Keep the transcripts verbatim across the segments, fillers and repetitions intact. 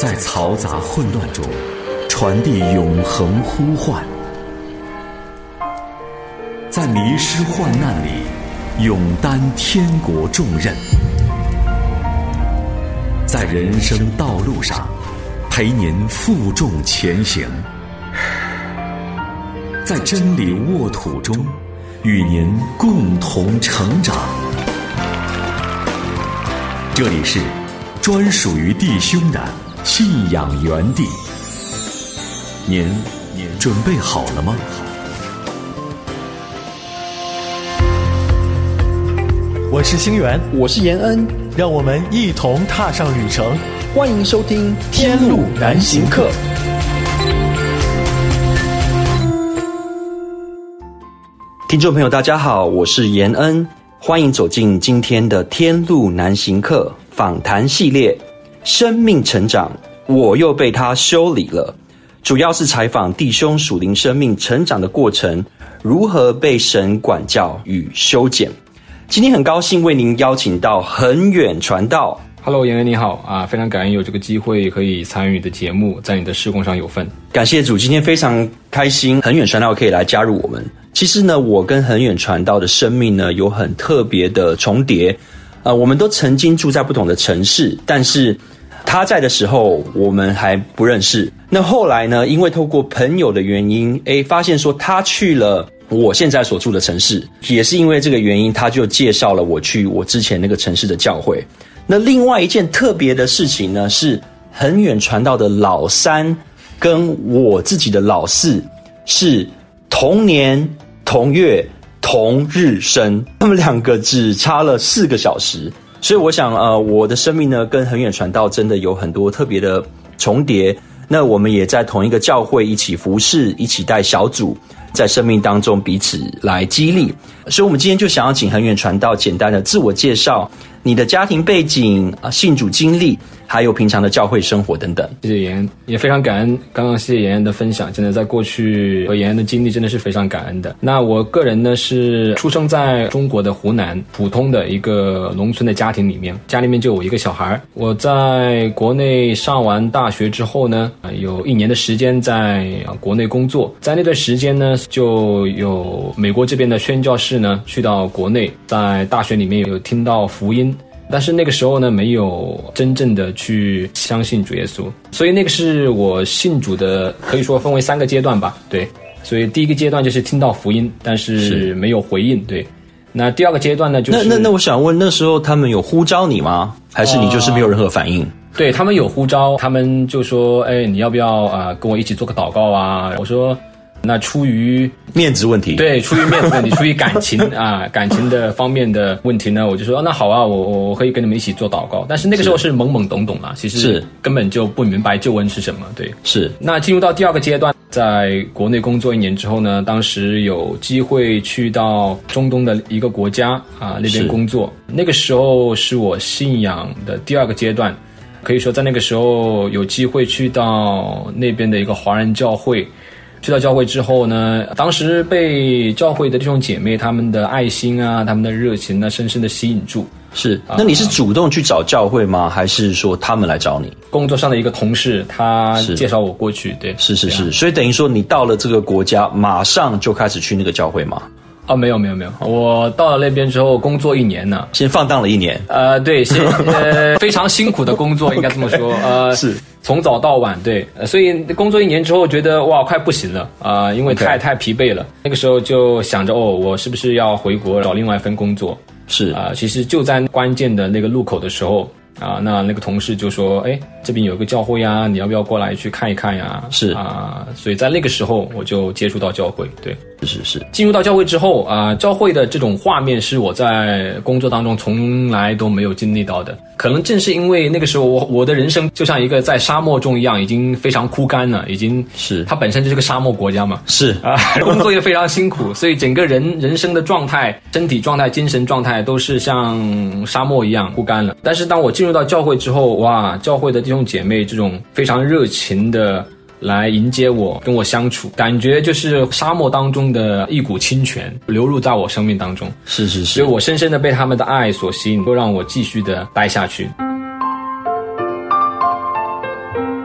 在嘈杂混乱中传递永恒呼唤，在迷失患难里勇担天国重任，在人生道路上陪您负重前行，在真理沃土中与您共同成长。这里是专属于弟兄的信仰园地，您准备好了吗？ 我是星源， 我是延恩， 让我们一同踏上旅程。 欢迎收听《天路难行客》。听众朋友大家好，我是延恩，欢迎走进今天的《天路难行客》访谈系列，生命成长，我又被他修理了。主要是采访弟兄属灵生命成长的过程，如何被神管教与修剪。今天很高兴为您邀请到很远传道。 Hello， 妍妍你好啊，非常感恩有这个机会可以参与你的节目，在你的事工上有份。 感谢主，今天非常开心，很远传道可以来加入我们。其实呢，我跟很远传道的生命呢有很特别的重叠，呃，我们都曾经住在不同的城市，但是他在的时候我们还不认识。那后来呢，因为透过朋友的原因，诶，发现说他去了我现在所住的城市，也是因为这个原因，他就介绍了我去我之前那个城市的教会。那另外一件特别的事情呢，是很远传道的老三跟我自己的老四是同年同月同日生，他们两个只差了四个小时。所以我想呃，我的生命呢跟很远传道真的有很多特别的重叠。那我们也在同一个教会一起服侍，一起带小组，在生命当中彼此来激励。所以我们今天就想要请很远传道简单的自我介绍，你的家庭背景、信主经历，还有平常的教会生活等等。 谢谢妍，也非常感恩刚刚谢谢妍的分享，真的在过去和妍的经历真的是非常感恩的。那我个人呢是出生在中国的湖南普通的一个农村的家庭里面，家里面就有一个小孩。我在国内上完大学之后呢，有一年的时间在国内工作，在那段时间呢就有美国这边的宣教士呢去到国内，在大学里面有听到福音，但是那个时候呢没有真正的去相信主耶稣，所以那个是我信主的可以说分为三个阶段吧。对，所以第一个阶段就是听到福音但是没有回应。对，那第二个阶段呢就是那那那我想问，那时候他们有呼召你吗？还是你就是没有任何反应？呃、 对，他们有呼召，他们就说哎，你要不要啊、呃、跟我一起做个祷告啊。我说那出于面子问题， 对，出于面子问题，出于感情啊，感情的方面的问题呢，我就说、啊、那好啊，我我可以跟你们一起做祷告。但是那个时候是懵懵懂懂啦，其实根本就不明白救恩是什么。对， 是。 那进入到第二个阶段，在国内工作一年之后呢，当时有机会去到中东的一个国家啊那边工作，那个时候是我信仰的第二个阶段，可以说在那个时候有机会去到那边的一个华人教会。去到教会之后呢，当时被教会的弟兄姐妹他们的爱心啊，他们的热情呢，深深的吸引住。 是，那你是主动去找教会吗？还是说他们来找你？ 工作上的一个同事，他介绍我过去。对， 是是是，所以等于说你到了这个国家，马上就开始去那个教会吗？ 哦，没有没有没有，我到了那边之后工作一年呢， 先放荡了一年。 呃，对，先呃非常辛苦的工作，应该这么说。呃， 是从早到晚，对，呃、所以工作一年之后觉得哇，快不行了啊、呃，因为太、okay. 太疲惫了。那个时候就想着哦，我是不是要回国找另外一份工作？ 是啊、呃，其实就在关键的那个路口的时候。啊，那那个同事就说，哎，这边有个教会啊，你要不要过来去看一看呀？ 是啊，所以在那个时候我就接触到教会，对， 是是是。 进入到教会之后啊，教会的这种画面是我在工作当中从来都没有经历到的。可能正是因为那个时候我我的人生就像一个在沙漠中一样，已经非常枯干了，已经是它本身就是个沙漠国家嘛， 是啊，工作也非常辛苦，所以整个人人生的状态、身体状态、精神状态都是像沙漠一样枯干了。但是当我进入到教会之后，哇，教会的弟兄姐妹这种非常热情的来迎接我，跟我相处，感觉就是沙漠当中的一股清泉流入在我生命当中。 是是是， 所以我深深的被他们的爱所吸引，都让我继续的待下去。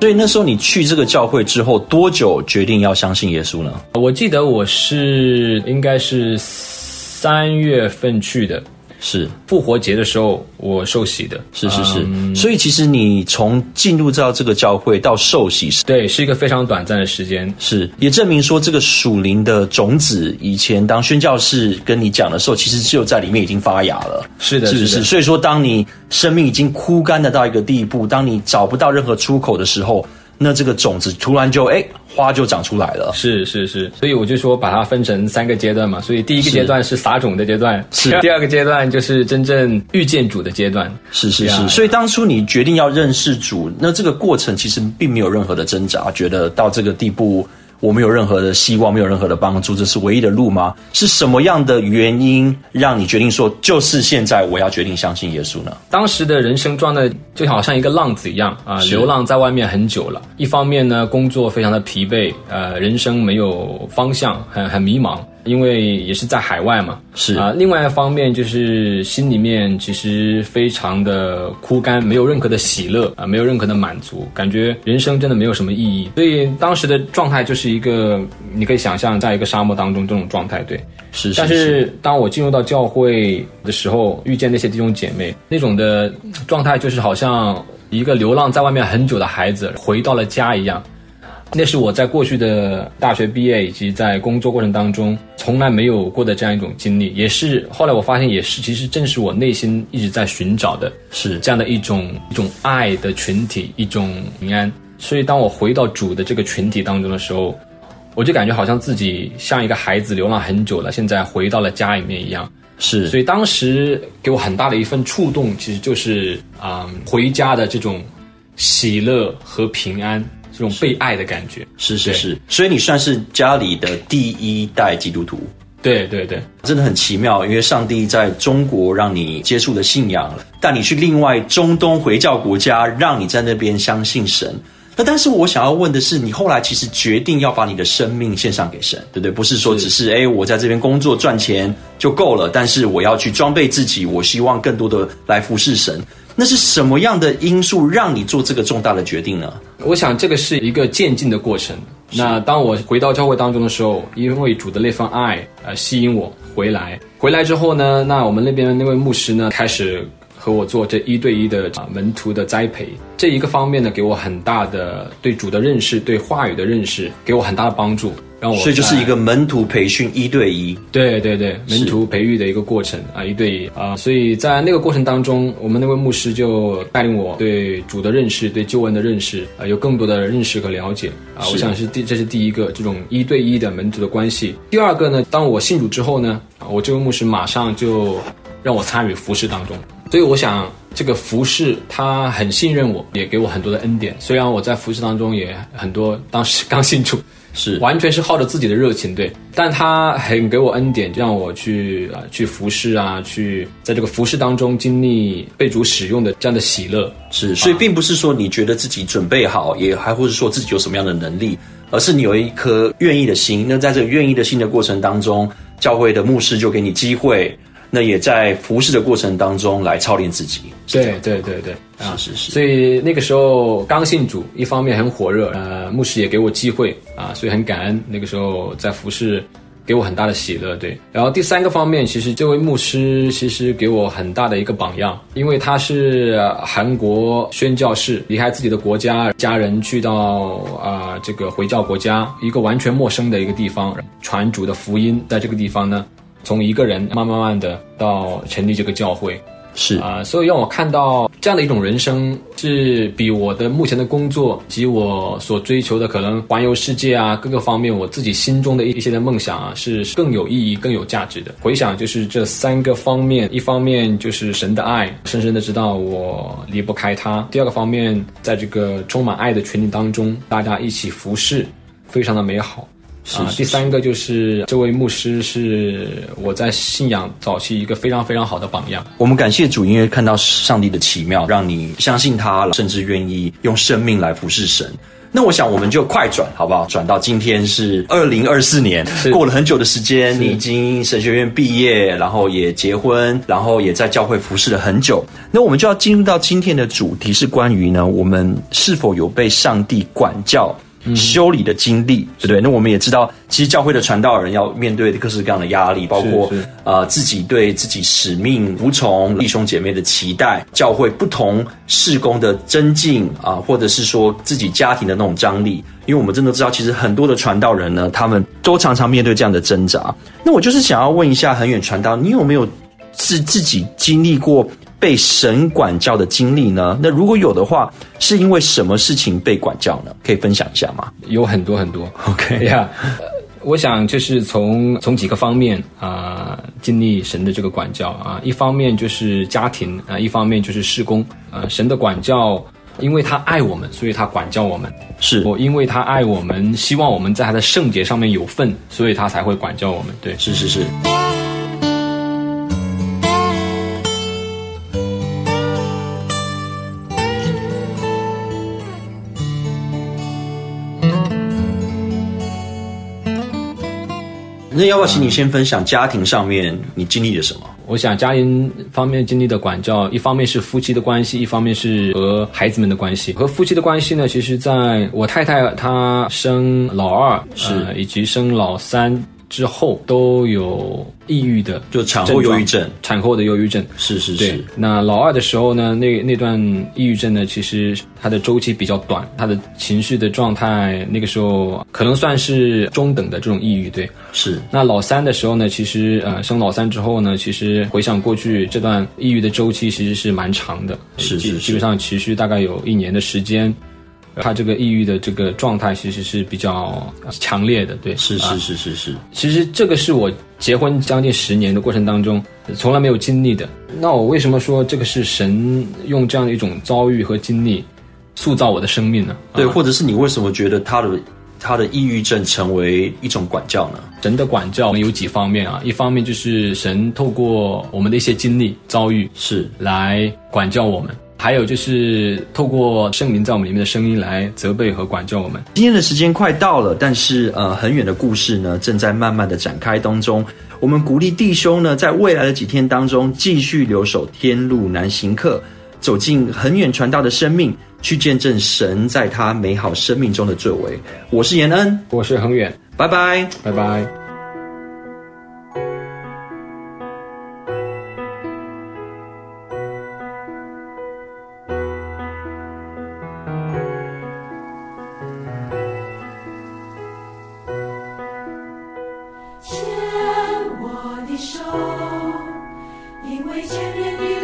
所以那时候你去这个教会之后多久决定要相信耶稣呢？ 我记得我是应该是三月份去的， 是复活节的时候我受洗的。 是是是、 嗯、 所以其实你从进入到这个教会到受洗， 对，是一个非常短暂的时间。 是也证明说这个属灵的种子以前当宣教士跟你讲的时候，其实只有在里面已经发芽了。 是的， 是不是？所以说当你生命已经枯干的到一个地步，当你找不到任何出口的时候，那这个种子突然就哎花就长出来了。 是是是，所以我就说把它分成三个阶段嘛。所以第一个阶段是撒种的阶段，是第二个阶段就是真正遇见主的阶段。 是是是，所以当初你决定要认识主，那这个过程其实并没有任何的挣扎，觉得到这个地步我没有任何的希望，没有任何的帮助，这是唯一的路吗？是什么样的原因让你决定说就是现在我要决定相信耶稣呢？ 当时的人生状态就好像一个浪子一样啊，流浪在外面很久了。一方面呢，工作非常的疲惫，呃，人生没有方向，很很迷茫。因为也是在海外嘛， 是啊、呃。另外一方面就是心里面其实非常的枯干，没有任何的喜乐啊、呃，没有任何的满足，感觉人生真的没有什么意义。所以当时的状态就是一个，你可以想象在一个沙漠当中这种状态，对。 是是是。 但是当我进入到教会的时候，遇见那些弟兄姐妹，那种的状态就是好像一个流浪在外面很久的孩子回到了家一样。那是我在过去的大学毕业以及在工作过程当中从来没有过的这样一种经历，也是后来我发现也是其实正是我内心一直在寻找的，是这样的一种一种爱的群体，一种平安。所以当我回到主的这个群体当中的时候，我就感觉好像自己像一个孩子流浪很久了，现在回到了家里面一样。 是， 所以当时给我很大的一份触动，其实就是啊、嗯，回家的这种喜乐和平安，这种被爱的感觉。 是是是，所以你算是家里的第一代基督徒。 对对对， 真的很奇妙，因为上帝在中国让你接触了信仰，带你去另外中东回教国家，让你在那边相信神。那但是我想要问的是，你后来其实决定要把你的生命献上给神，对不对？不是说只是哎，我在这边工作赚钱就够了，但是我要去装备自己，我希望更多的来服侍神。那是什么样的因素让你做这个重大的决定呢？ 我想这个是一个渐进的过程。那当我回到教会当中的时候，因为主的那份爱呃吸引我回来，回来之后呢，那我们那边那位牧师呢开始和我做这一对一的门徒的栽培，这一个方面呢给我很大的对主的认识，对话语的认识，给我很大的帮助。让我所以就是一个门徒培训一对一， 对对对，门徒培育的一个过程啊，一对一啊。所以在那个过程当中，我们那位牧师就带领我对主的认识，对救恩的认识啊，有更多的认识和了解啊。我想是第这是第一个这种一对一的门徒的关系。第二个呢，当我信主之后呢，我这位牧师马上就让我参与服事当中。所以我想这个服事他很信任我，也给我很多的恩典。虽然我在服事当中也很多，当时刚信主，是完全是靠着自己的热情，对，但他很给我恩典，让我去啊、呃、去服事啊，去在这个服事当中经历被主使用的这样的喜乐。 是，所以并不是说你觉得自己准备好，也还或是说自己有什么样的能力，而是你有一颗愿意的心。那在这个愿意的心的过程当中，教会的牧师就给你机会。那也在服侍的过程当中来操练自己。 对对对对， 啊是是是。 所以那个时候刚信主，一方面很火热，呃，牧师也给我机会啊，所以很感恩。那个时候在服侍，给我很大的喜乐。对，然后第三个方面，其实这位牧师其实给我很大的一个榜样，因为他是韩国宣教士，离开自己的国家，家人去到啊、呃、这个回教国家，一个完全陌生的一个地方，传主的福音，在这个地方呢。从一个人慢慢慢的到成立这个教会， 是啊、呃，所以让我看到这样的一种人生，是比我的目前的工作及我所追求的可能环游世界啊，各个方面我自己心中的一些的梦想啊，是更有意义、更有价值的。回想就是这三个方面，一方面就是神的爱，深深的知道我离不开他；第二个方面，在这个充满爱的群体当中，大家一起服侍，非常的美好。啊，第三个就是这位牧师是我在信仰早期一个非常非常好的榜样。 我们感谢主，因为看到上帝的奇妙，让你相信他，甚至愿意用生命来服侍神。 那我想我们就快转好不好？转到今天是二零二四年，过了很久的时间，你已经神学院毕业，然后也结婚，然后也在教会服侍了很久。那我们就要进入到今天的主题，是关于呢，我们是否有被上帝管教修理的经历，对不对？那我们也知道，其实教会的传道人要面对各式各样的压力，包括呃自己对自己使命服从、弟兄姐妹的期待、教会不同事工的增进啊、呃，或者是说自己家庭的那种张力。因为我们真的知道，其实很多的传道人呢，他们都常常面对这样的挣扎。那我就是想要问一下，很远传道，你有没有自自己经历过被神管教的经历呢？那如果有的话，是因为什么事情被管教呢？可以分享一下吗？ 有很多很多。OK 呀、yeah, 呃，我想就是从从几个方面啊、呃，经历神的这个管教啊、呃。一方面就是家庭啊、呃，一方面就是事工啊、呃。神的管教，因为他爱我们，所以他管教我们。 是， 我因为他爱我们，希望我们在他的圣洁上面有份，所以他才会管教我们。对， 是是是。那要不要请你先分享家庭上面你经历了什么？ 我想家庭方面经历的管教，一方面是夫妻的关系，一方面是和孩子们的关系。和夫妻的关系呢，其实在我太太她生老二是、呃、以及生老三之后都有抑郁的， 就产后忧郁症， 产后的忧郁症， 是是是。 对，那老二的时候呢，那那段抑郁症呢，其实它的周期比较短，他的情绪的状态那个时候可能算是中等的这种抑郁，对， 是。 那老三的时候呢，其实呃生老三之后呢，其实回想过去这段抑郁的周期其实是蛮长的， 是是是， 基本上持续大概有一年的时间。他这个抑郁的这个状态其实是比较强烈的，对， 是是是是是。 其实这个是我结婚将近十年的过程当中从来没有经历的。那我为什么说这个是神用这样的一种遭遇和经历塑造我的生命呢？ 对，或者是你为什么觉得他的他的抑郁症成为一种管教呢？ 神的管教有几方面啊，一方面就是神透过我们的一些经历遭遇是来管教我们。还有就是透过圣灵在我们里面的声音来责备和管教我们。 今天的时间快到了，但是呃，很远的故事呢正在慢慢的展开当中。我们鼓励弟兄呢，在未来的几天当中继续留守天路南行客，走进很远传道的生命，去见证神在他美好生命中的作为。我是延恩， 我是恒远， 拜拜， 拜拜。 牵我的手，因为千年的